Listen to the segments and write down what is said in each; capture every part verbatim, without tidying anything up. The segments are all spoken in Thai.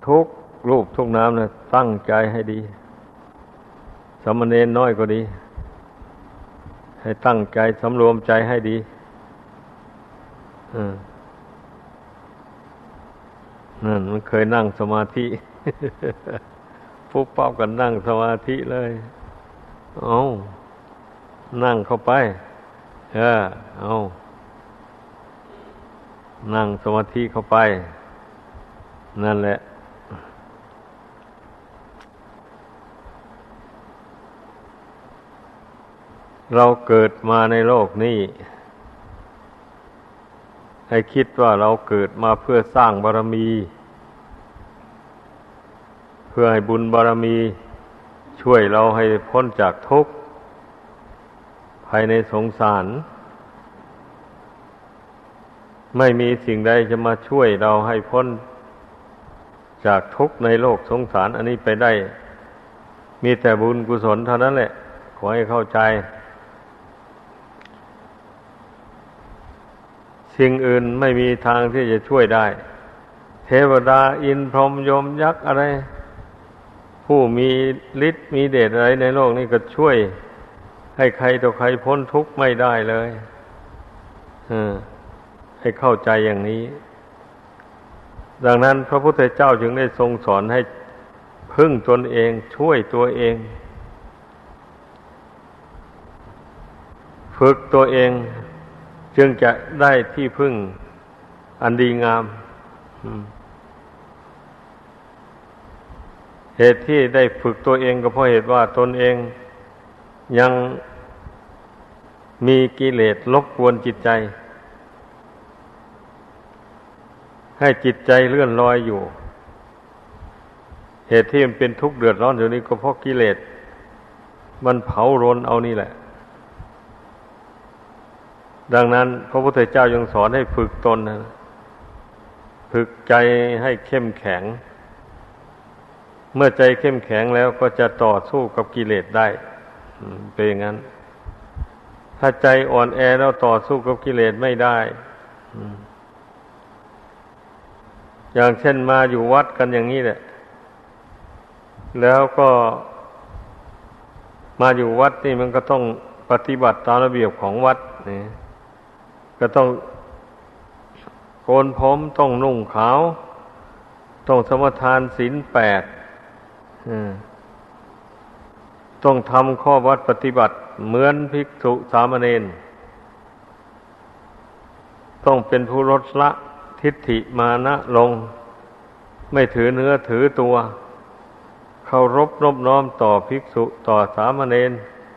ทุกรูปทุกนามนะตั้งใจให้ดีสามเณรน้อยก็ดีให้ตั้งใจสำรวมใจให้ดีนั่นมันเคยนั่งสมาธิ ปุ๊บปั๊บกันนั่งสมาธิเลยเอานั่งเข้าไปเออเอานั่งสมาธิเข้าไปนั่นแหละเราเกิดมาในโลกนี้ให้คิดว่าเราเกิดมาเพื่อสร้างบารมี เพื่อให้บุญบารมีช่วยเราให้พ้นจากทุกข์ภายในสงสารไม่มีสิ่งใดจะมาช่วยเราให้พ้นจากทุกข์ในโลกสงสารอันนี้ไปได้มีแต่บุญกุศลเท่านั้นแหละขอให้เข้าใจสิ่งอื่นไม่มีทางที่จะช่วยได้เทวดาอินทร์พรหมยมยักษ์อะไรผู้มีฤทธิ์มีเดชอะไรในโลกนี้ก็ช่วยให้ใครต่อใครพ้นทุกข์ไม่ได้เลยเออให้เข้าใจอย่างนี้ดังนั้นพระพุทธเจ้าจึงได้ทรงสอนให้พึ่งตนเองช่วยตัวเองฝึกตัวเองจึงจะได้ที่พึ่งอันดีงามเหตุที่ได้ฝึกตัวเองก็เพราะเหตุว่าตนเองยังมีกิเลสรบกวนจิตใจให้จิตใจเลื่อนลอยอยู่เหตุที่มันเป็นทุกข์เดือดร้อนอยู่นี้ก็เพราะกิเลสมันเผารนเอานี่แหละดังนั้นพระพุทธเจ้ายังสอนให้ฝึกตนนะฝึกใจให้เข้มแข็งเมื่อใจเข้มแข็งแล้วก็จะต่อสู้กับกิเลสได้เป็นอย่างนั้นถ้าใจอ่อนแอแล้วต่อสู้กับกิเลสไม่ได้อย่างเช่นมาอยู่วัดกันอย่างนี้แหละแล้วก็มาอยู่วัดนี่มันก็ต้องปฏิบัติตามระเบียบของวัดนี่ก็ต้องโกนผมต้องนุ่งขาวต้องสมาทานศีลแปดต้องทำข้อวัดปฏิบัติเหมือนภิกษุสามเณรต้องเป็นผู้ลดละทิฏฐิมานะลงไม่ถือเนื้อถือตัวเคารพนอบน้อมต่อภิกษุต่อสามเณร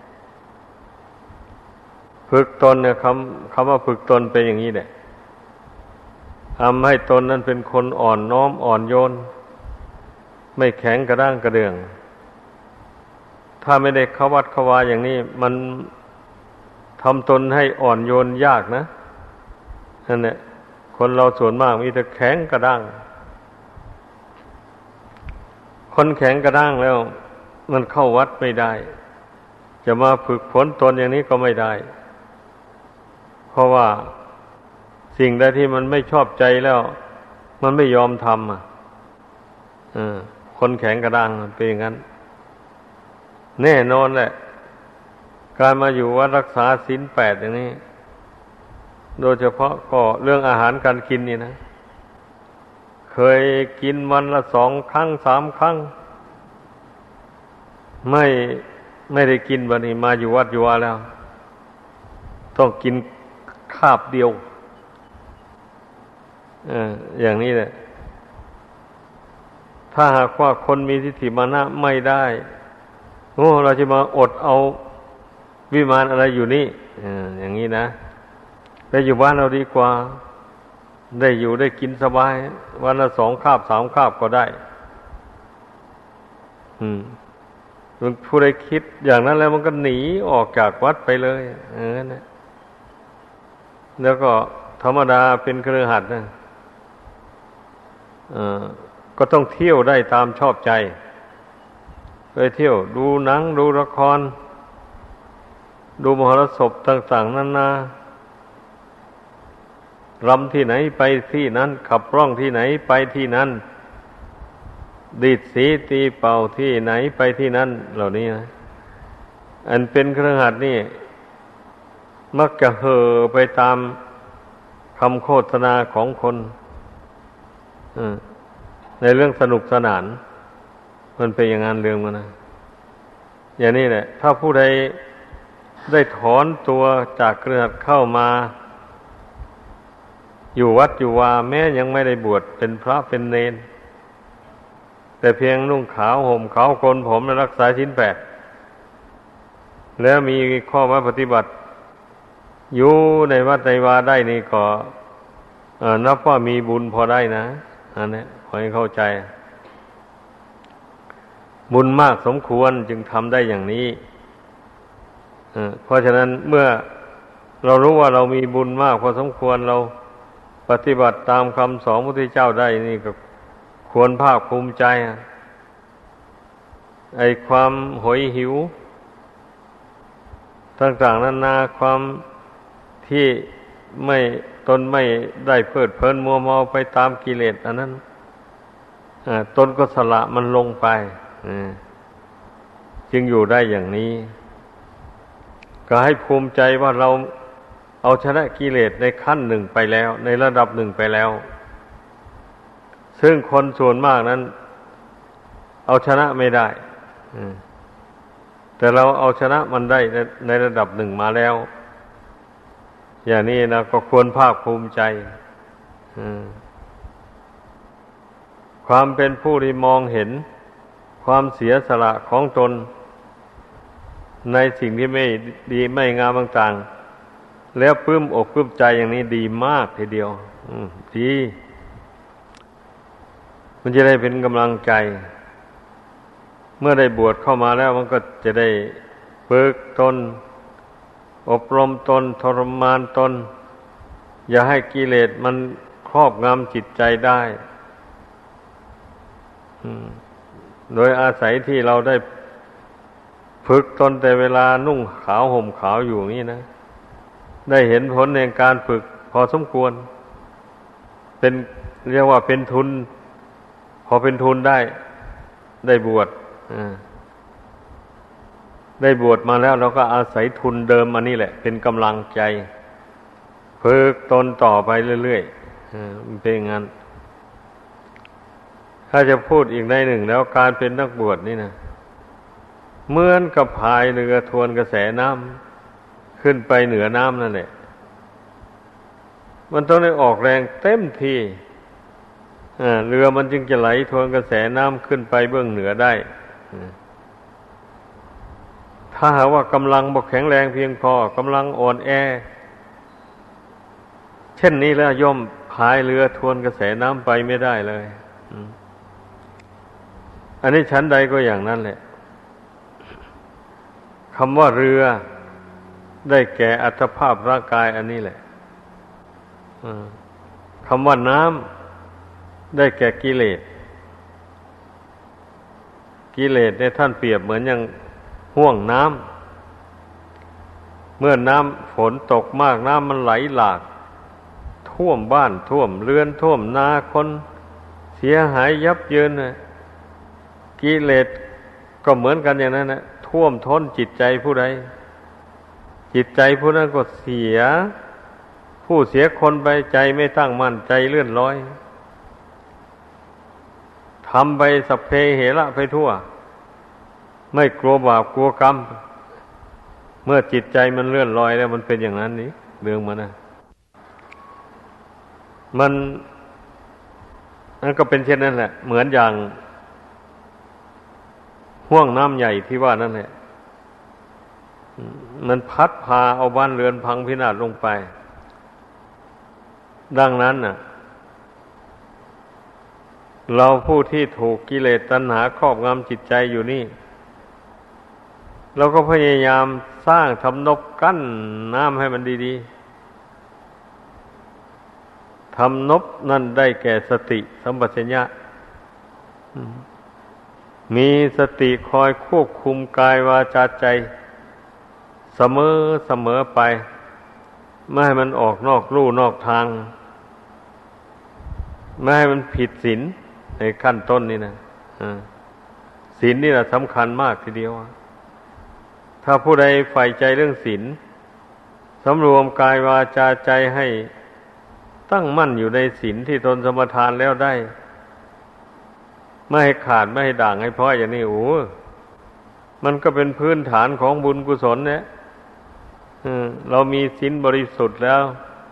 ฝึกตนเนี่ยคำคำว่าฝึกตนเป็นอย่างนี้แหละทำให้ตนนั้นเป็นคนอ่อนน้อมอ่อนโยนไม่แข็งกระด้างกระเดื่องถ้าไม่ได้เข้าวัดเข้าวาอย่างนี้มันทำตนให้อ่อนโยนยากนะนั่นแหละคนเราส่วนมากมีแต่แข็งกระด้างคนแข็งกระด้างแล้วมันเข้าวัดไม่ได้จะมาฝึกฝนตนอย่างนี้ก็ไม่ได้เพราะว่าสิ่งใดที่มันไม่ชอบใจแล้วมันไม่ยอมทำอ่ะคนแข็งกระด้างเป็นอย่างนั้นแน่นอนแหละการมาอยู่วัดรักษาศีลแปดอย่างนี้โดยเฉพาะก็เรื่องอาหารการกินนี่นะเคยกินวันละสองครั้งสามครั้งไม่ไม่ได้กินวันนี้มาอยู่วัดอยู่ว่าแล้วต้องกินคาบเดียวเอออย่างนี้แหละถ้าหากว่าคนมีทิฏฐิมานะไม่ได้โอ้เราจะมาอดเอาวิมานอะไรอยู่นี่เอออย่างนี้นะไปอยู่บ้านเราดีกว่าได้อยู่ได้กินสบายวันละสองคาบสามคาบก็ได้อืมมันผู้ใดคิดอย่างนั้นแล้วมันก็หนีออกจากวัดไปเลยเออนะแล้วก็ธรรมดาเป็นคฤหัสถ์นะเอ่อก็ต้องเที่ยวได้ตามชอบใจไปเที่ยวดูหนังดูละครดูมหรสพต่างๆนั่นนะรำที่ไหนไปที่นั้นขับร้องที่ไหนไปที่นั้นดีดสีตีเป่าที่ไหนไปที่นั่นเหล่านี้นะอันเป็นคฤหัสถ์นี่มักจะเห่อไปตามคำโฆษณาของคนในเรื่องสนุกสนานมันเป็นอย่างนั้นเรื่องมันนะอย่างนี้แหละถ้าผู้ใดได้ถอนตัวจากคฤหัสถ์เข้ามาอยู่วัดอยู่วาแม้ยังไม่ได้บวชเป็นพระเป็นเณรแต่เพียงนุ่งขาวห่มขาวโกนผมและรักษาศีลแปดแล้วมีข้อวัดปฏิบัติอยู่ในวัดในวาได้นี่ก็นับว่ามีบุญพอได้นะอันนี้ขอให้เข้าใจบุญมากสมควรจึงทำได้อย่างนี้เพราะฉะนั้นเมื่อเรารู้ว่าเรามีบุญมากพอสมควรเราปฏิบัติตามคำสอนพระพุทธเจ้าได้นี่ก็ควรภาคภูมิใจไอ้ความหอยหิวต่างๆนานาความที่ไม่ตนไม่ได้เพลิดเพลินมัวเมาไปตามกิเลสอันนั้นตนก็สละมันลงไปจึงอยู่ได้อย่างนี้ก็ให้ภูมิใจว่าเราเอาชนะกิเลสในขั้นหนึ่งไปแล้วในระดับหนึ่งไปแล้วซึ่งคนส่วนมากนั้นเอาชนะไม่ได้แต่เราเอาชนะมันได้ในในระดับหนึ่งมาแล้วอย่างนี้นะก็ควรภาคภูมิใจความเป็นผู้ที่มองเห็นความเสียสละของตนในสิ่งที่ไม่ดีไม่งามต่างๆแล้วปลื้มอกปลื้มใจอย่างนี้ดีมากทีเดียวดีมันจะได้เป็นกำลังใจเมื่อได้บวชเข้ามาแล้วมันก็จะได้ฝึกตนอบรมตนทรมานตนอย่าให้กิเลสมันครอบงำจิตใจได้โดยอาศัยที่เราได้ฝึกตนแต่เวลานุ่งขาวห่มขาวอยู่นี่นะได้เห็นผลในการฝึกพอสมควรเป็นเรียกว่าเป็นทุนพอเป็นทุนได้ได้บวชได้บวชมาแล้วเราก็อาศัยทุนเดิมอันนี้แหละเป็นกำลังใจฝึกตนต่อไปเรื่อยๆมันเป็นอย่างนั้นถ้าจะพูดอีกในหนึ่งแล้วการเป็นนักบวชนี่นะเหมือนกับพายเรือทวนกระแสน้ำขึ้นไปเหนือน้ำนั่นแหละมันต้องได้ออกแรงเต็มที่เรือมันจึงจะไหลทวนกระแสน้ำขึ้นไปเบื้องเหนือได้ถ้าหากว่ากำลังบกแข็งแรงเพียงพอกำลังอ่อนแอเช่นนี้แล้วย่อมพายเรือทวนกระแสน้ำไปไม่ได้เลยอันนี้ชั้นใดก็อย่างนั้นแหละคำว่าเรือได้แก่อัตภาพร่างกายอันนี้แหละคำว่าน้ำได้แก่กิเลสกิเลสเนี่ยท่านเปรียบเหมือนอย่างห่วงน้ำเมื่อน้ำฝนตกมากน้ำมันไหลหลากท่วมบ้านท่วมเรือนท่วมนาคนเสียหายยับเยินนะกิเลสก็เหมือนกันอย่างนั้นนะท่วมท้นจิตใจผู้ใดจิตใจผู้นั้นก็เสียผู้เสียคนไปใจไม่ตั้งมั่นใจเลื่อนลอยทำไปสัพเพเหระไปทั่วไม่กลัวบาปกลัวกรรมเมื่อจิตใจมันเลื่อนลอยแล้วมันเป็นอย่างนั้นนี่เรื่องมันนะมันนั่นก็เป็นเช่นนั้นแหละเหมือนอย่างห่วงน้ำใหญ่ที่ว่านั่นแหละมันพัดพาเอาบ้านเรือนพังพินาศลงไปดังนั้นน่ะเราผู้ที่ถูกกิเลสตัณหาครอบงำจิตใจอยู่นี่เราก็พยายามสร้างทำนบกั้นน้ำให้มันดีๆทำนบนั่นได้แก่สติสัมปชัญญะมีสติคอยควบคุมกายวาจาใจเสมอเสมอไปไม่ให้มันออกนอกลู่นอกทางไม่ให้มันผิดศีลในขั้นต้นนี่นะศีลนี่แหละสำคัญมากทีเดียวถ้าผู้ใดใฝ่ใจเรื่องศีลสำรวมกายวาจาใจให้ตั้งมั่นอยู่ในศีลที่ตนสมทานแล้วได้ไม่ให้ขาดไม่ให้ด่างให้พร้อยอย่างนี้โอ้มันก็เป็นพื้นฐานของบุญกุศลเนี่ยเรามีศีลบริสุทธิ์แล้ว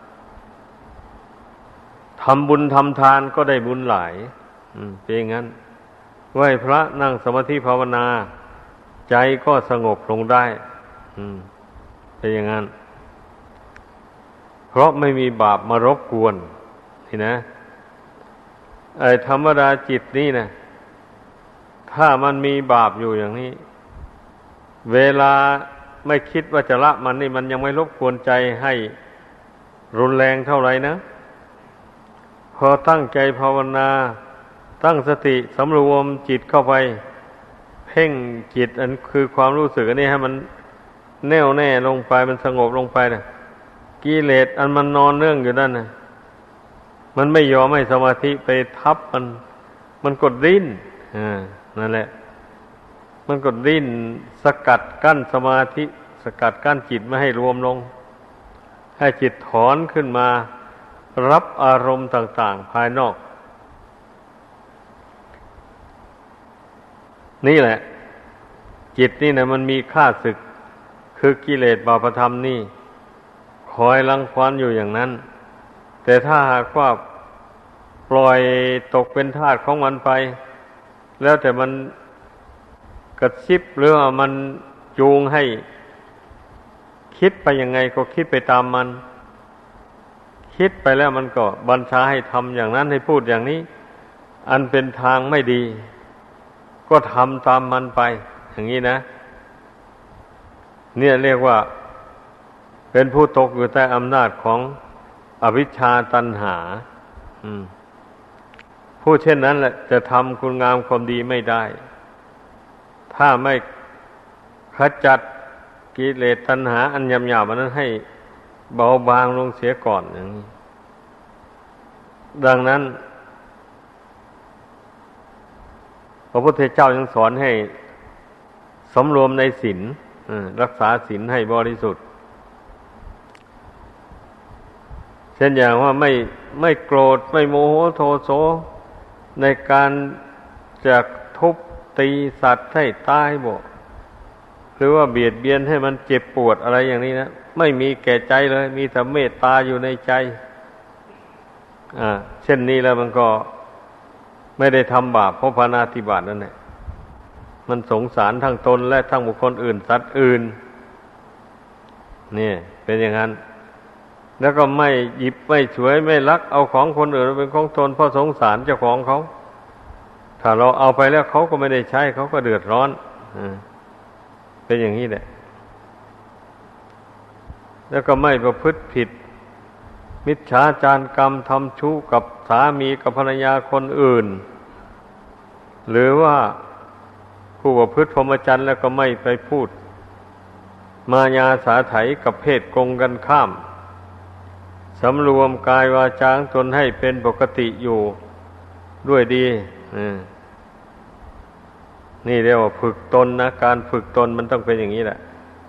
ทำบุญทำทานก็ได้บุญหลายเป็นอย่างนั้นไหว้พระนั่งสมาธิภาวนาใจก็สงบลงได้เป็นอย่างนั้นเพราะไม่มีบาปมารบกวนนี่นะไอ้ธรรมดาจิตนี่นะถ้ามันมีบาปอยู่อย่างนี้เวลาไม่คิดว่าจะละมันนี่มันยังไม่รบกวนใจให้รุนแรงเท่าไหร่นะพอตั้งใจภาวนาตั้งสติสำรวมจิตเข้าไปเพ่งจิตอันคือความรู้สึกอันนี้ให้มันแน่วแน่ลงไปมันสงบลงไปนะกิเลสอันมันนอนเนื่องอยู่นั่นนะมันไม่ยอมให้สมาธิไปทับมันมันกดดิ้นอ่านั่นแหละมันกดดิ้นสกัดกั้นสมาธิสกัดกั้นจิตไม่ให้รวมลงให้จิตถอนขึ้นมารับอารมณ์ต่างๆภายนอกนี่แหละจิตนี่นะมันมีข้าศึกคือกิเลสบาปธรรมนี่คอยรังควานอยู่อย่างนั้นแต่ถ้าหากว่าปล่อยตกเป็นทาสของมันไปแล้วแต่มันกระซิบหรือว่ามันจูงให้คิดไปยังไงก็คิดไปตามมันคิดไปแล้วมันก็บัญชาให้ทำอย่างนั้นให้พูดอย่างนี้อันเป็นทางไม่ดีก็ทำตามมันไปอย่างนี้นะเนี่ยเรียกว่าเป็นผู้ตกอยู่ใต้อำนาจของอวิชชาตัณหาผู้เช่นนั้นแหละจะทำคุณงามความดีไม่ได้ถ้าไม่ขจัดกิเลสตัณหาอันหยาบๆนั้นให้เบาบางลงเสียก่อนอย่างนี้ดังนั้นพระพุทธเจ้ายังสอนให้สำรวมในศีลรักษาศีลให้บริสุทธิ์เช่นอย่างว่าไม่ไม่โกรธไม่โมโหโทโสในการจะทุบตีสัตว์ให้ตายบ่หรือว่าเบียดเบียนให้มันเจ็บปวดอะไรอย่างนี้นะไม่มีแก่ใจเลยมีแต่เมตตาอยู่ในใจอ่าเช่นนี้แล้วมันก็ไม่ได้ทำบาปเพราะปาณาติบาตนั่นแหละมันสงสารทั้งตนและทั้งบุคคลอื่นสัตว์อื่นนี่เป็นอย่างนั้นแล้วก็ไม่หยิบไม่ฉวยไม่ลักเอาของคนอื่นเป็นของตนเพราะสงสารเจ้าของเขาถ้าเราเอาไปแล้วเขาก็ไม่ได้ใช้เขาก็เดือดร้อนอ่าเป็นอย่างนี้แหละแล้วก็ไม่ประพฤติผิดมิจฉาจารกรรมทำชู้กับสามีกับภรรยาคนอื่นหรือว่าผู้ประพฤติพรหมจรรย์แล้วก็ไม่ไปพูดมายาสาไถกับเพศกงกันข้ามสำรวมกายวาจาตนให้เป็นปกติอยู่ด้วยดีนี่เรียกว่าฝึกตนนะการฝึกตนมันต้องเป็นอย่างนี้แหละ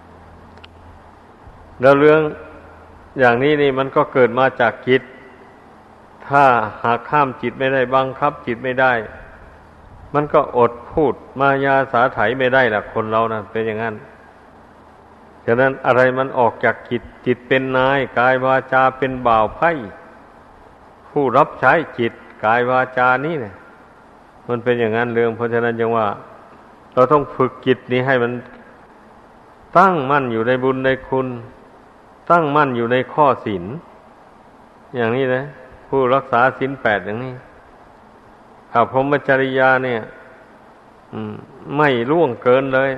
แล้วเรื่องอย่างนี้นี่มันก็เกิดมาจากจิตถ้าหากห้ามจิตไม่ได้บังคับจิตไม่ได้มันก็อดพูดมายาสาไถไม่ได้ล่ะคนเรานะเป็นอย่างนั้นฉะนั้นอะไรมันออกจากจิตจิตเป็นนายกายวาจาเป็นบ่าวไพร่ผู้รับใช้จิตกายวาจานี้เนี่ยมันเป็นอย่างนั้นเรื่องเพราะฉะนั้นจึงว่าเราต้องฝึกจิตนี้ให้มันตั้งมั่นอยู่ในบุญในคุณตั้งมั่นอยู่ในข้อศีลอย่างนี้นะผู้รักษาศีลแปดอย่างนี้ถ้าพรหมจริยาเนี่ยไม่ล่วงเกินเลย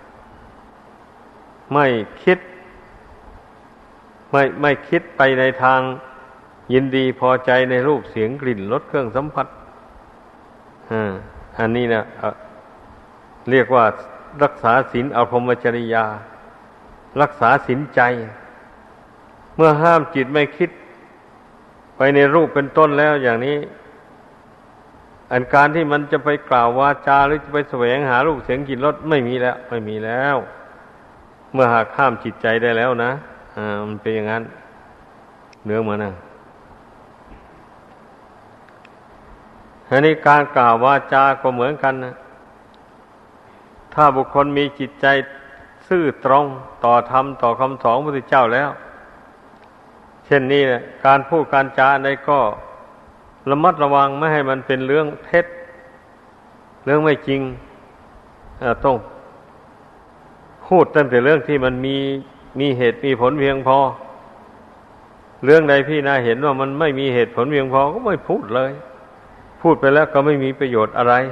ไม่คิดไม่ไม่คิดไปในทางยินดีพอใจในรูปเสียงกลิ่นรสเครื่องสัมผัสอันนี้นะเรียกว่ารักษาศีลอพรหมจริยารักษาศีลใจเมื่อห้ามจิตไม่คิดไปในรูปเป็นต้นแล้วอย่างนี้อันการที่มันจะไปกล่าววาจาหรือจะไปแสวงหารูปเสียงกลิ่นรสไม่มีแล้วไม่มีแล้ว เมื่อหากข้ามจิตใจได้แล้วนะอ่ามันเป็นอย่างนั้นเรื่องมันนะอันนี้การกล่าววาจาก็เหมือนกันนะถ้าบุคคลมีจิตใจซื่อตรงต่อธรรมต่อคำสอนพระพุทธเจ้าแล้วเช่นนี้นะการพูดการจาใดก็ระมัดระวังไม่ให้มันเป็นเรื่องเท็จเรื่องไม่จริงต้องพูดตั้งแต่เรื่องที่มันมีมีเหตุมีผลเพียงพอเรื่องใดพี่นาเห็นว่ามันไม่มีเหตุผลเพียงพอก็ไม่พูดเลยพูดไปแล้วก็ไม่มีประโยชน์อะไร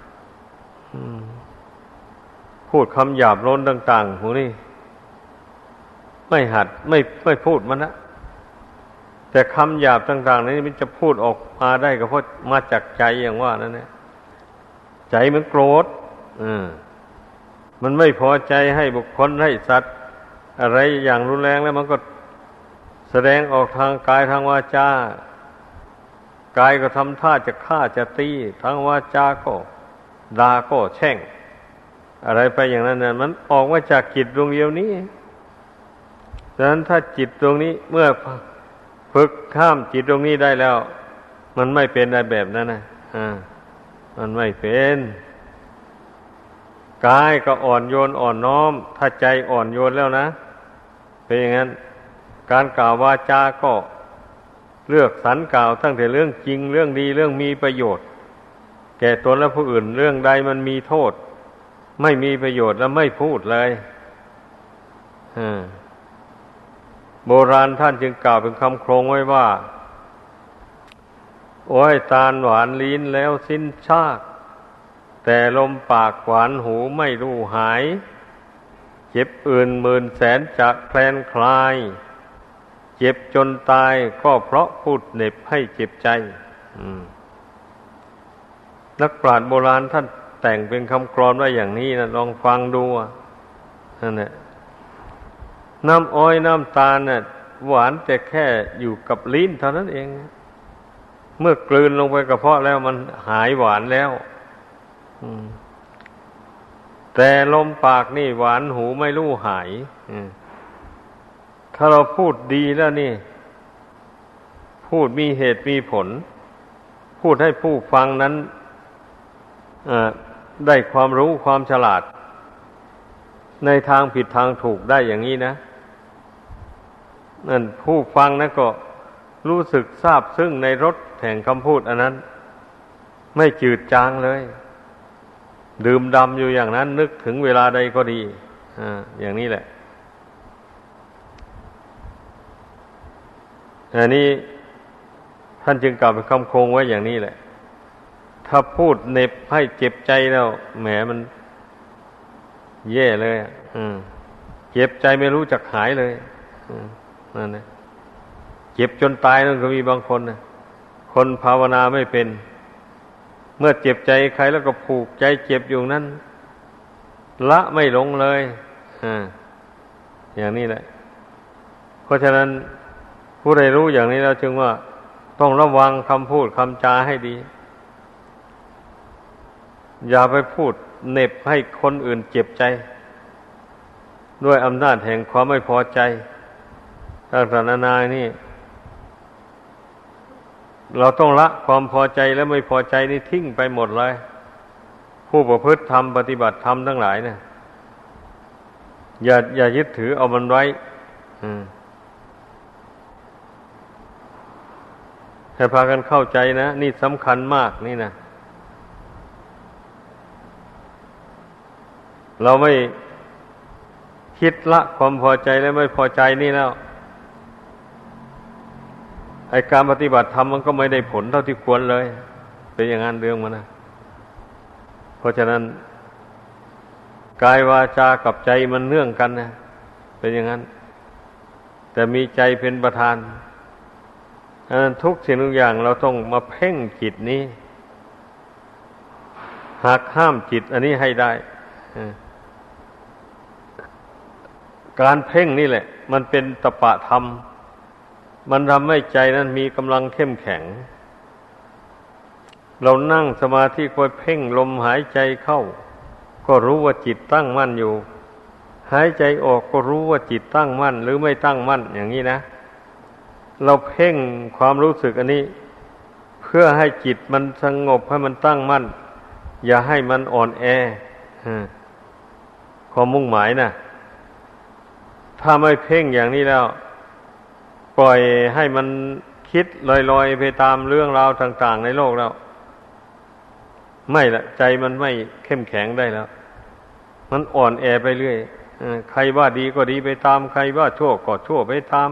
พูดคำหยาบโลนต่างๆพวกนี้ไม่หัดไม่ไม่พูดมันนะแต่คำหยาบต่างๆนี้มันจะพูดออกมาได้ก็เพราะมาจากใจอย่างว่านั่นแหละใจมันโกรธอ่ามันไม่พอใจให้บุคคลให้สัตว์อะไรอย่างรุนแรงแล้วมันก็แสดงออกทางกายทางวาจากายก็ทำท่าจะฆ่าจะตีทางวาจาก็ด่าก็แช่งอะไรไปอย่างนั้นนะมันออกมาจากจิตดวงเดียวนี้ดังนั้นถ้าจิตดวงนี้เมื่อฝึกข้ามจิตดวงนี้ได้แล้วมันไม่เป็นอะไรแบบนั้นนะอ่ามันไม่เป็นกายก็อ่อนโยนอ่อนน้อมถ้าใจอ่อนโยนแล้วนะเป็นอย่างนั้นการกล่าววาจาก็เลือกสรรกล่าวตั้งแต่เรื่องจริงเรื่องดีเรื่องมีประโยชน์แก่ตนและผู้อื่นเรื่องใดมันมีโทษไม่มีประโยชน์แล้วไม่พูดเลยโบราณท่านจึงกล่าวเป็นคำโครงไว้ว่าโอ้ยตาลหวานลิ้นแล้วสิ้นชากแต่ลมปากหวานหูไม่รู้หายเจ็บอื่นหมื่นแสนจะแคลนคลายเจ็บจนตายก็เพราะพูดเหน็บให้เจ็บใจนักปราชญ์โบราณท่านแต่งเป็นคำกลอนไว้อย่างนี้นะลองฟังดูนั่นแหละน้ำอ้อยน้ำตาลน่ะหวานแต่แค่อยู่กับลิ้นเท่านั้นเองเมื่อกลืนลงไปกระเพาะแล้วมันหายหวานแล้วแต่ลมปากนี่หวานหูไม่รู้หายถ้าเราพูดดีแล้วนี่พูดมีเหตุมีผลพูดให้ผู้ฟังนั้นได้ความรู้ความฉลาดในทางผิดทางถูกได้อย่างนี้นะนั่นผู้ฟังนะก็รู้สึกซาบซึ้งในรสแห่งคำพูดอันนั้นไม่จืดจางเลยดื่มด่ำอยู่อย่างนั้นนึกถึงเวลาใดก็ดีอ่าอย่างนี้แหละอันนี้ท่านจึงกล่าวเป็นคำโครงไว้อย่างนี้แหละถ้าพูดเหน็บให้เจ็บใจแล้วแหมมันแย่เลยอืมเจ็บใจไม่รู้จักหายเลยอืมนั่นนะเจ็บจนตายนั่นก็มีบางคนนะคนภาวนาไม่เป็นเมื่อเจ็บใจใครแล้วก็ผูกใจเจ็บอยู่นั้นละไม่ลงเลยอ่าอย่างนี้แหละเพราะฉะนั้นผู้ใดรู้อย่างนี้แล้วจึงว่าต้องระวังคำพูดคำจาให้ดีอย่าไปพูดเหน็บให้คนอื่นเจ็บใจด้วยอำนาจแห่งความไม่พอใจต่างๆนานานี่เราต้องละความพอใจและไม่พอใจนี่ทิ้งไปหมดเลยผู้ประพฤติธรรมปฏิบัติธรรมทั้งหลายเนี่ยอย่าอย่ายึดถือเอามันไว้ให้พากันเข้าใจนะนี่สำคัญมากนี่นะเราไม่คิดละความพอใจและไม่พอใจนี่แล้วไอ้การปฏิบัติธรรมมันก็ไม่ได้ผลเท่าที่ควรเลยเป็นอย่างนั้นเรื่องมันนะเพราะฉะนั้นกายวาจากับใจมันเนื่องกันนะเป็นอย่างนั้นแต่มีใจเป็นประธานอันนั้นทุกสิ่งทุกอย่างเราต้องมาเพ่งจิตนี้หากห้ามจิตอันนี้ให้ได้การเพ่งนี่แหละมันเป็นตปะธรรมมันทำให้ใจนั้นมีกำลังเข้มแข็งเรานั่งสมาธิคอยเพ่งลมหายใจเข้าก็รู้ว่าจิตตั้งมั่นอยู่หายใจออกก็รู้ว่าจิตตั้งมั่นหรือไม่ตั้งมั่นอย่างนี้นะเราเพ่งความรู้สึกอันนี้เพื่อให้จิตมันสงบให้มันตั้งมั่นอย่าให้มันอ่อนแอความมุ่งหมายนะถ้าไม่เพ่งอย่างนี้แล้วปล่อยให้มันคิดลอยๆไปตามเรื่องราวต่างๆในโลกแล้วไม่ละใจมันไม่เข้มแข็งได้แล้วมันอ่อนแอไปเรื่อยใครว่าดีก็ดีไปตามใครว่าชั่วก็ชั่วไปตาม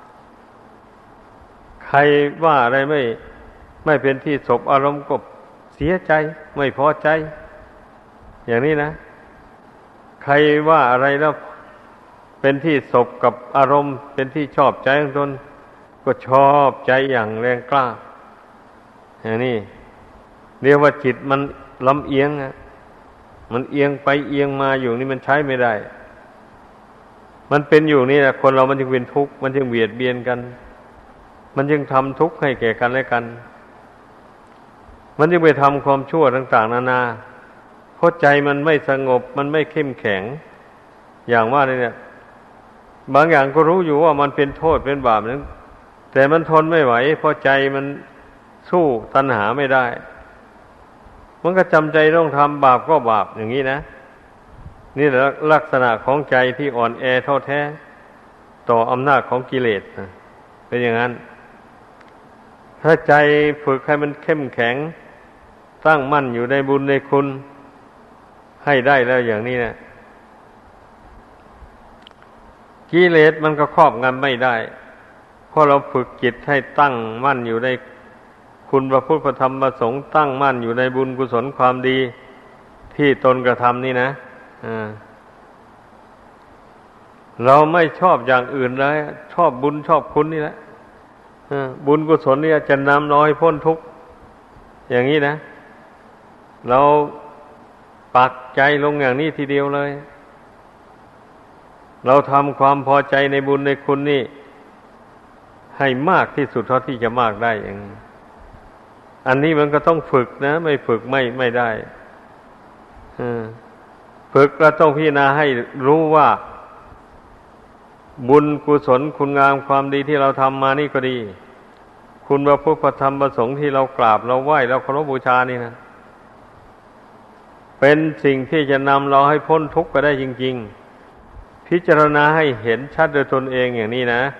ใครว่าอะไรไม่ไม่เป็นที่สบอารมณ์ก็เสียใจไม่พอใจอย่างนี้นะใครว่าอะไรแล้วเป็นที่สบกับอารมณ์เป็นที่ชอบใจของตนก็ชอบใจอย่างแรงกล้าอย่างนี้เรียกว่าจิตมันลำเอียงอ่ะมันเอียงไปเอียงมาอยู่นี่มันใช้ไม่ได้มันเป็นอยู่นี่แหละคนเรามันจึงเป็นทุกข์มันจึงเบียดเบียนกันมันจึงทำทุกข์ให้แก่กันและกันมันจึงไปทำความชั่วต่างๆนานาเพราะใจมันไม่สงบมันไม่เข้มแข็งอย่างว่าเนี่ยบางอย่างก็รู้อยู่ว่ามันเป็นโทษเป็นบาปนั้นแต่มันทนไม่ไหวเพราะใจมันสู้ตัณหาไม่ได้มันก็จำใจต้องทำบาปก็บาปอย่างนี้นะนี่แหละลักษณะของใจที่อ่อนแอท้อแท้ต่ออำนาจของกิเลสเป็นอย่างนั้นถ้าใจฝึกให้มันเข้มแข็งตั้งมั่นอยู่ในบุญในคุณให้ได้แล้วอย่างนี้นะกิเลสมันก็ครอบงำไม่ได้เพราะเราฝึกจิตให้ตั้งมั่นอยู่ในคุณพระพุทธพระธรรมพระสงฆ์ตั้งมั่นอยู่ในบุญกุศลความดีที่ตนกระทำนี่นะเราไม่ชอบอย่างอื่นเลยชอบบุญชอบคุณนี่แหละบุญกุศลนี่จะนำเราให้พ้นทุกข์อย่างนี้นะเราปักใจลงอย่างนี้ทีเดียวเลยเราทำความพอใจในบุญในคุณนี่ให้มากที่สุดเท่าที่จะมากได้อย่างนี้อันนี้มันก็ต้องฝึกนะไม่ฝึกไม่ไม่ได้ฝึกแล้วต้องพิจารณาให้รู้ว่าบุญกุศลคุณงามความดีที่เราทำมานี่ก็ดีคุณพระพุทธพระธรรมพระสงฆ์ที่เรากราบเราไหว้เราเคารพบูชานี่นะเป็นสิ่งที่จะนำเราให้พ้นทุกข์ไปได้จริงๆพิจารณาให้เห็นชัดโดยตนเองอย่างนี้นะ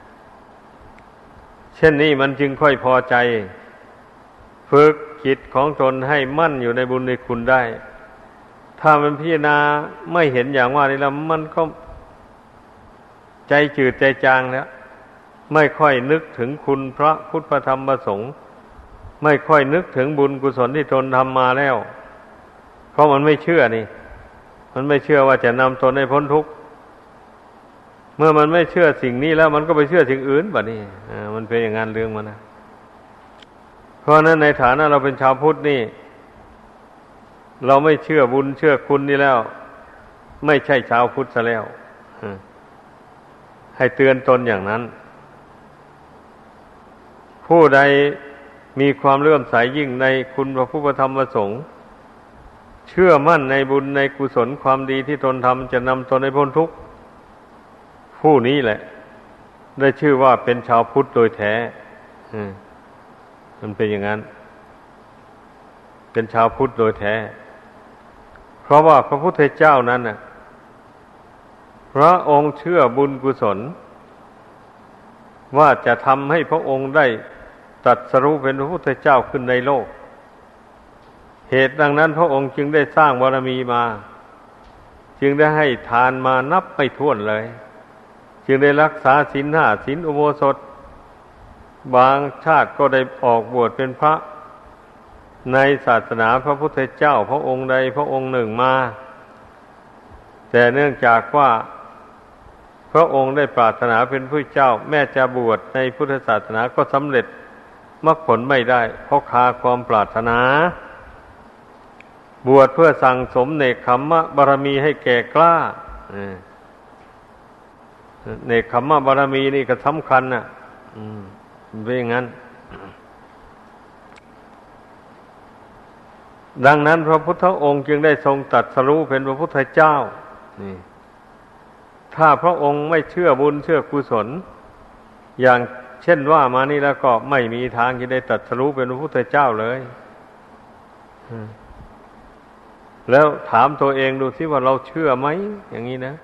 เช่นนี้มันจึงค่อยพอใจฝึกจิตของตนให้มั่นอยู่ในบุญในคุณได้ถ้ามันพิจารณาไม่เห็นอย่างว่านี้แล้วมันก็ใจจืดใจจางแล้วไม่ค่อยนึกถึงคุณพระพุทธพระธรรมพระสงฆ์ไม่ค่อยนึกถึงบุญกุศลที่ตนทำมาแล้วเพราะมันไม่เชื่อนี่มันไม่เชื่อว่าจะนำตนให้พ้นทุกข์เมื่อมันไม่เชื่อสิ่งนี้แล้วมันก็ไปเชื่อสิ่งอื่นบัดนี้อ่ามันเป็นอย่างนั้นเรื่องมันนะเพราะนั้นในฐานะเราเป็นชาวพุทธนี่เราไม่เชื่อบุญเชื่อคุณนี่แล้วไม่ใช่ชาวพุทธซะแล้วให้เตือนตนอย่างนั้นผู้ใดมีความเลื่อมใสยิ่งในคุณพระพุทธธรรมพระสงฆ์เชื่อมั่นในบุญในกุศลความดีที่ตนทำจะนำตนให้พ้นทุกข์ผู้นี้แหละได้ชื่อว่าเป็นชาวพุทธโดยแท้มันเป็นอย่างนั้นเป็นชาวพุทธโดยแท้เพราะว่าพระพุทธเจ้านั้นน่ะพระองค์เชื่อบุญกุศลว่าจะทำให้พระองค์ได้ตรัสรู้เป็นพระพุทธเจ้าขึ้นในโลกเหตุดังนั้นพระองค์จึงได้สร้างบารมีมาจึงได้ให้ทานมานับไม่ถ้วนเลยจึงได้รักษาศีลห้าศีลอุโบสถบางชาติก็ได้ออกบวชเป็นพระในศาสนาพระพุทธเจ้าพระองค์ใดพระองค์หนึ่งมาแต่เนื่องจากว่าพระองค์ได้ปรารถนาเป็นผู้เจ้าแม้จะบวชในพุทธศาสนาก็สำเร็จมรรคผลไม่ได้เพราะคาความปรารถนาบวชเพื่อสั่งสมเนกขัมมะบารมีให้แก่กล้าเนกขัมมะบารมีนี่ก็สำคัญน่ะเป็นอย่างนั้นดังนั้นพระพุทธองค์จึงได้ทรงตรัสรู้เป็นพระพุทธเจ้านี่ถ้าพระองค์ไม่เชื่อบุญเชื่อกุศลอย่างเช่นว่ามานี่แล้วก็ไม่มีทางที่ได้ตรัสรู้เป็นพระพุทธเจ้าเลยแล้วถามตัวเองดูสิว่าเราเชื่อไหมอย่างนี้นะ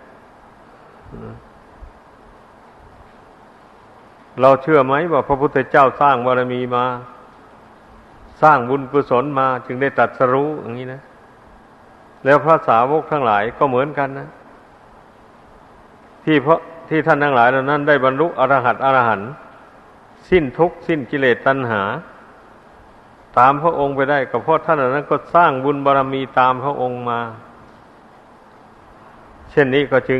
เราเชื่อไหมว่าพระพุทธเจ้าสร้างบารมีมาสร้างบุญกุศลมาจึงได้ตรัสรู้อย่างนี้นะแล้วพระสาวกทั้งหลายก็เหมือนกันนะที่เพราะที่ท่านทั้งหลายเหล่านั้นได้บรรลุอรหัตอรหันต์สิ้นทุกข์สิ้นกิเลสตัณหาตามพระองค์ไปได้ก็เพราะท่านเหล่านั้นก็สร้างบุญบารมีตามพระองค์มาเช่นนี้ก็จึง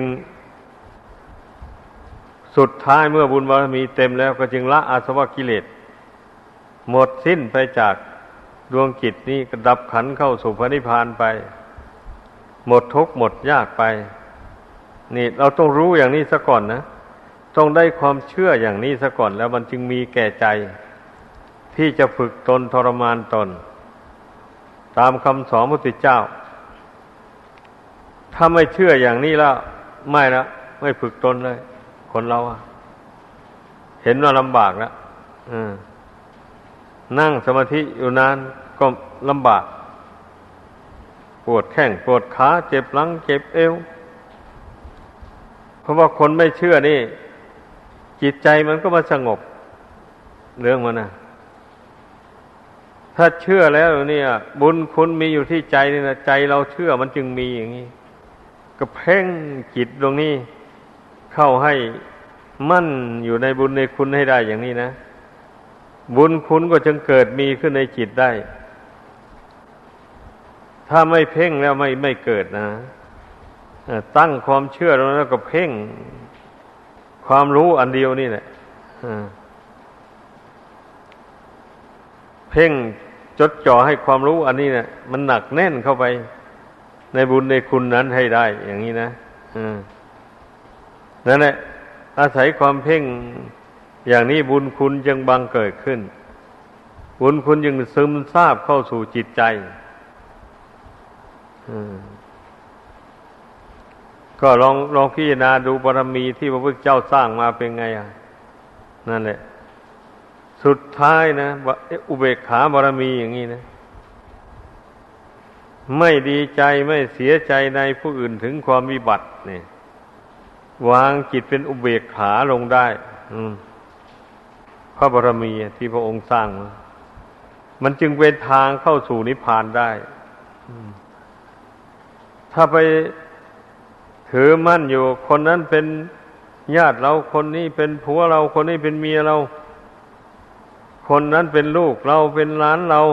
สุดท้ายเมื่อบุญบารมีเต็มแล้วก็จึงละอาสวะกิเลสหมดสิ้นไปจากดวงจิตนี้ก็ดับขันธ์เข้าสู่พระนิพพานไปหมดทุกข์หมดยากไปนี่เราต้องรู้อย่างนี้ซะก่อนนะต้องได้ความเชื่ออย่างนี้ซะก่อนแล้วมันจึงมีแก่ใจที่จะฝึกตนทรมานตนตามคำสอนพระพุทธเจ้าถ้าไม่เชื่ออย่างนี้แล้วไม่ละไม่ฝึกตนเลยคนเราอะเห็นว่าลำบากแล้วนั่งสมาธิอยู่นานก็ลำบากปวดแข้งปวดขาเจ็บหลังเจ็บเอวเพราะว่าคนไม่เชื่อนี่จิตใจมันก็มาสงบเรื่องมันนะถ้าเชื่อแล้วเนี่ยบุญคุณมีอยู่ที่ใจนี่นะใจเราเชื่อมันจึงมีอย่างนี้ก็เพ่งจิตตรงนี้เข้าให้มั่นอยู่ในบุญในคุณให้ได้อย่างนี้นะบุญคุณก็จึงเกิดมีขึ้นในจิตได้ถ้าไม่เพ่งแล้วไม่ไม่เกิดนะตั้งความเชื่อแล้วก็เพ่งความรู้อันเดียวนี่แหละเพ่งจดจ่อให้ความรู้อันนี้เนี่ยมันหนักแน่นเข้าไปในบุญในคุณนั้นให้ได้อย่างนี้นะนั่นแหละอาศัยความเพ่งอย่างนี้บุญคุณจึงบังเกิดขึ้นบุญคุณจึงซึมซาบเข้าสู่จิตใจก็ลองลองพิจารณาดูบารมีที่พระพุทธเจ้าสร้างมาเป็นไงอ่ะนั่นแหละสุดท้ายนะอุเบกขาบารมีอย่างนี้นะไม่ดีใจไม่เสียใจในผู้อื่นถึงความวิบัตินี่วางจิตเป็นอุเบกขาลงได้พระบารมีที่พระองค์สร้างมามันจึงเป็นทางเข้าสู่นิพพานได้ถ้าไปถือมั่นอยู่คนนั้นเป็นญาติเราคนนี้เป็นผัวเราคนนี้เป็นเมียเราคนนั้นเป็นลูกเราเป็นหลานเรา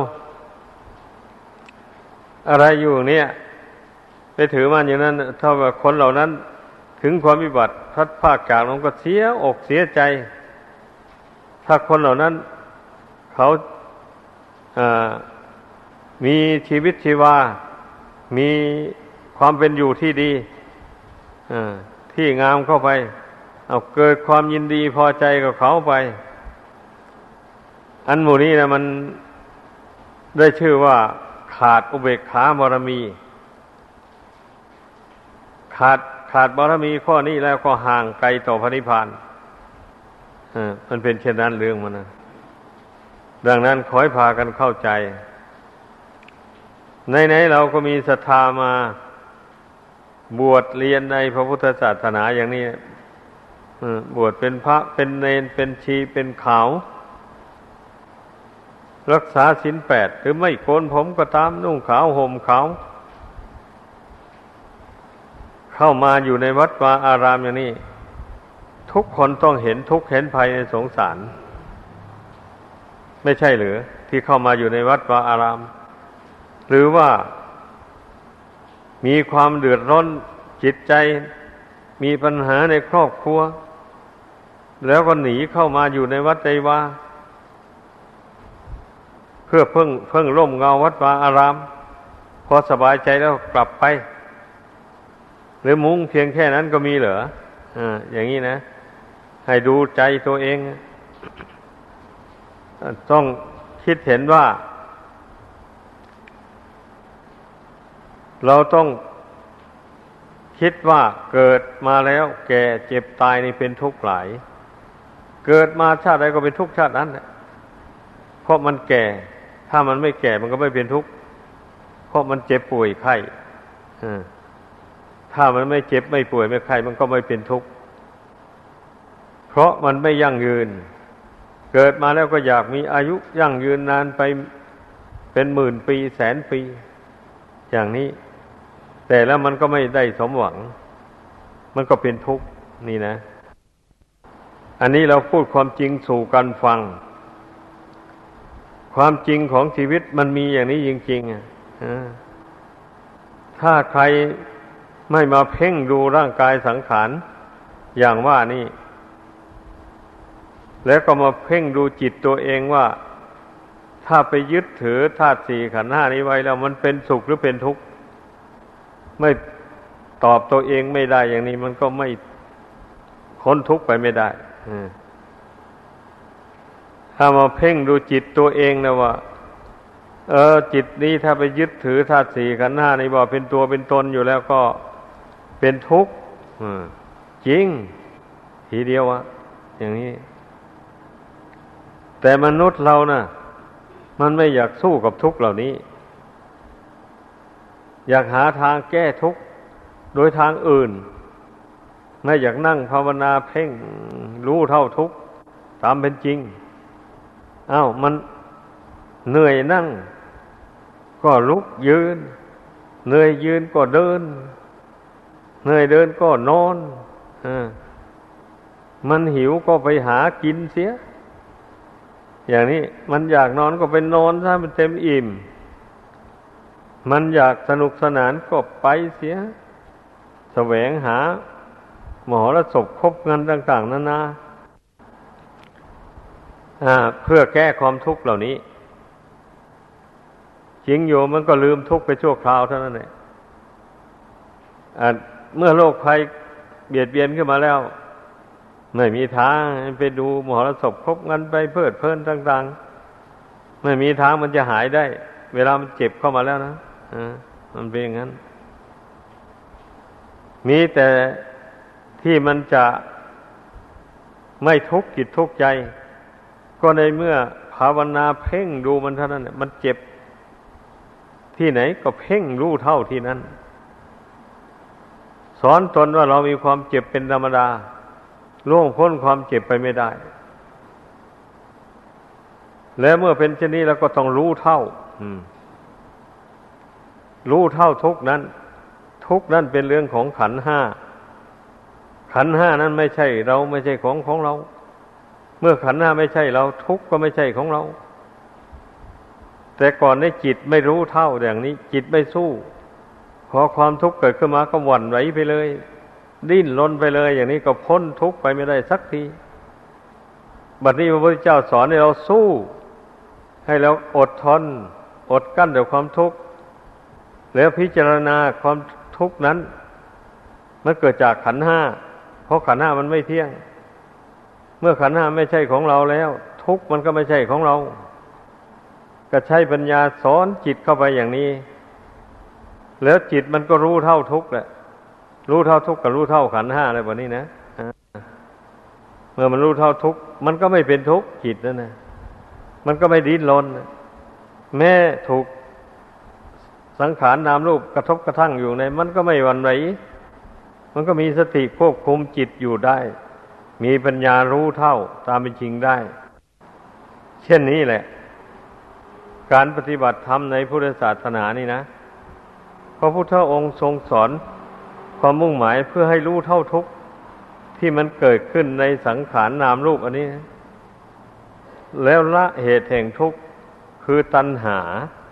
อะไรอยู่เนี่ยไปถือมั่นอย่างนั้นถ้าว่าคนเหล่านั้นถึงความวิบัติพลัดพรากจากลงก็เสียอกเสียใจถ้าคนเหล่านั้นเขามีชีวิตชีวามีความเป็นอยู่ที่ดีที่งามเข้าไปเอาเกิดความยินดีพอใจกับเขาไปอันหมู่นี้นะมันได้ชื่อว่าขาดอุเบกขาบารมีขาดขาดบารมีข้อนี้แล้วก็ห่างไกลต่อพระนิพพานอ่ามันเป็นเช่นนั้นเรื่องมันนะดังนั้นขอให้พากันเข้าใจไหนๆเราก็มีศรัทธามาบวชเรียนในพระพุทธศาสนาอย่างนี้บวชเป็นพระเป็นเณรเป็นชีเป็นขาวรักษาศีลแปดหรือไม่โกนผมก็ตามนุ่งขาวห่มขาวเข้ามาอยู่ในวัดวาอารามอย่างนี้ทุกคนต้องเห็นทุกข์เห็นภัยในสงสารไม่ใช่หรือที่เข้ามาอยู่ในวัดวาอารามหรือว่ามีความเดือดร้อนจิตใจมีปัญหาในครอบครัวแล้วก็หนีเข้ามาอยู่ในวัดใจวาเพื่อเพิ่งเพิ่งร่มเงาวัดวาอารามพอสบายใจแล้วกลับไปหรือมุ้งเพียงแค่นั้นก็มีเหรออ่าอย่างนี้นะให้ดูใจตัวเองต้องคิดเห็นว่าเราต้องคิดว่าเกิดมาแล้วแก่เจ็บตายนี่เป็นทุกข์หลายเกิดมาชาติใดก็เป็นทุกข์ชาตินั้นแหละเพราะมันแก่ถ้ามันไม่แก่มันก็ไม่เป็นทุกข์เพราะมันเจ็บป่วยไข้ถ้ามันไม่เจ็บไม่ป่วยไม่ไข้มันก็ไม่เป็นทุกข์เพราะมันไม่ยั่งยืนเกิดมาแล้วก็อยากมีอายุยั่งยืนนานไปเป็นหมื่นปีแสนปีอย่างนี้แต่แล้วมันก็ไม่ได้สมหวังมันก็เป็นทุกข์นี่นะอันนี้เราพูดความจริงสู่กันฟังความจริงของชีวิตมันมีอย่างนี้จริงๆอ่ะถ้าใครไม่มาเพ่งดูร่างกายสังขารอย่างว่านี่แล้วก็มาเพ่งดูจิตตัวเองว่าถ้าไปยึดถือธาตุสี่ขันธ์ห้านี้ไว้แล้วมันเป็นสุขหรือเป็นทุกข์ไม่ตอบตัวเองไม่ได้อย่างนี้มันก็ไม่พ้นทุกข์ไปไม่ได้ถ้ามาเพ่งดูจิตตัวเองนะว่าเออจิตนี้ถ้าไปยึดถือธาตุสี่ขันธ์ห้านี้ว่าเป็นตัวเป็นตนอยู่แล้วก็เป็นทุกข์จริงทีเดียวอะอย่างนี้แต่มนุษย์เรานะ่ะมันไม่อยากสู้กับทุกข์เหล่านี้อยากหาทางแก้ทุกข์โดยทางอื่นไม่อยากนั่งภาวนาเพ่งรู้เท่าทุกข์ตามเป็นจริงอ้าวมันเหนื่อยนั่งก็ลุกยืนเหนื่อยยืนก็เดินเหนื่อยเดินก็นอนอ่ามันหิวก็ไปหากินเสียอย่างนี้มันอยากนอนก็ไปนอนซะมันเต็มอิ่มมันอยากสนุกสนานก็ไปเสียแสวงหาหมอระศพคบเงินต่างๆนานาอ่าเพื่อแก้ความทุกข์เหล่านี้จริงอยู่มันก็ลืมทุกข์ไปชั่วคราวเท่านั้นแหละอ่าเมื่อโรคภัยเบียดเบียนขึ้นมาแล้วไม่มีทางไปดูมหรสพคบกันไปเพลิดเพลินต่างๆไม่มีทางมันจะหายได้เวลามันเจ็บเข้ามาแล้วนะอ่ามันเป็นอย่างนั้นมีแต่ที่มันจะไม่ทุกข์จิตทุกข์ใจก็ในเมื่อภาวนาเพ่งดูมันเท่านั้นมันเจ็บที่ไหนก็เพ่งรู้เท่าที่นั้นสอนตนว่าเรามีความเจ็บเป็นธรรมดาล่วงพ้นความเจ็บไปไม่ได้และเมื่อเป็นเช่นนี้เราก็ต้องรู้เท่ารู้เท่าทุกนั้นทุกนั้นเป็นเรื่องของขันธ์ห้าขันธ์ห้านั้นไม่ใช่เราไม่ใช่ของของเราเมื่อขันธ์ห้าไม่ใช่เราทุกข์ก็ไม่ใช่ของเราแต่ก่อนนี้จิตไม่รู้เท่าอย่างนี้จิตไม่สู้พอความทุกข์เกิดขึ้นมาก็หวั่นไหวไปเลยดิ้นรนไปเลยอย่างนี้ก็พ้นทุกข์ไปไม่ได้สักทีบัดนี้พระพุทธเจ้าสอนให้เราสู้ให้เราอดทนอดกั้นต่อความทุกข์แล้วพิจารณาความทุกข์นั้นมันเกิดจากขันธ์ห้าเพราะขันธ์ห้ามันไม่เที่ยงเมื่อขันธ์ห้าไม่ใช่ของเราแล้วทุกข์มันก็ไม่ใช่ของเราก็ใช้ปัญญาสอนจิตเข้าไปอย่างนี้แล้วจิตมันก็รู้เท่าทุกข์แหละรู้เท่าทุกข์กับรู้เท่าขันธ์ห้าอะไรแบบนี้นะเมื่อมันรู้เท่าทุกข์มันก็ไม่เป็นทุกข์จิตนั่นนะมันก็ไม่ดิ้นรนแม้ถูกสังขารนามรูปกระทบกระทั่งอยู่ในมันก็ไม่หวั่นไหวมันก็มีสติควบคุมจิตอยู่ได้มีปัญญารู้เท่าตามเป็นจริงได้เช่นนี้แหละการปฏิบัติธรรมในพุทธศาสนานี่นะพระพุทธองค์ทรงสอนความมุ่งหมายเพื่อให้รู้เท่าทุกข์ที่มันเกิดขึ้นในสังขารนามรูปอันนี้แล้วละเหตุแห่งทุกข์คือตัณหา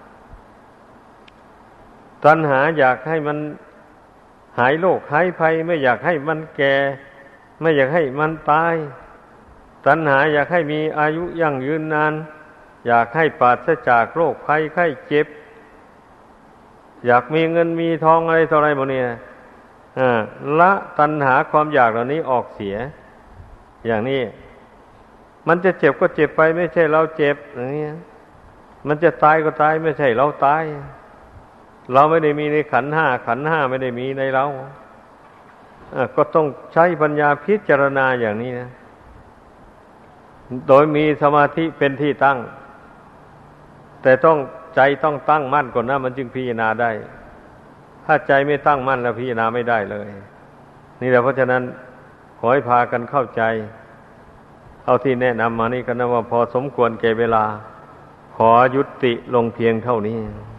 ตัณหาอยากให้มันหายโรคหายภัยไม่อยากให้มันแก่ไม่อยากให้มันตายตัณหาอยากให้มีอายุยั่งยืนนานอยากให้ปราศจากโรคภัยไข้เจ็บอยากมีเงินมีทองอะไรต่ออะไรหมดเนี่ยละตัณหาความอยากเหล่านี้ออกเสียอย่างนี้มันจะเจ็บก็เจ็บไปไม่ใช่เราเจ็บอย่างนี้มันจะตายก็ตายไม่ใช่เราตายเราไม่ได้มีในขันธ์ห้าขันธ์ห้าไม่ได้มีในเราก็ต้องใช้ปัญญาพิจารณาอย่างนี้นะโดยมีสมาธิเป็นที่ตั้งแต่ต้องใจต้องตั้งมั่นก่อนนะมันจึงพิจารณาได้ถ้าใจไม่ตั้งมั่นแล้วพิจารณาไม่ได้เลยนี่แหละเพราะฉะนั้นขอให้พากันเข้าใจเอาที่แนะนำมานี่กันนะว่าพอสมควรแก่เวลาขอยุติลงเพียงเท่านี้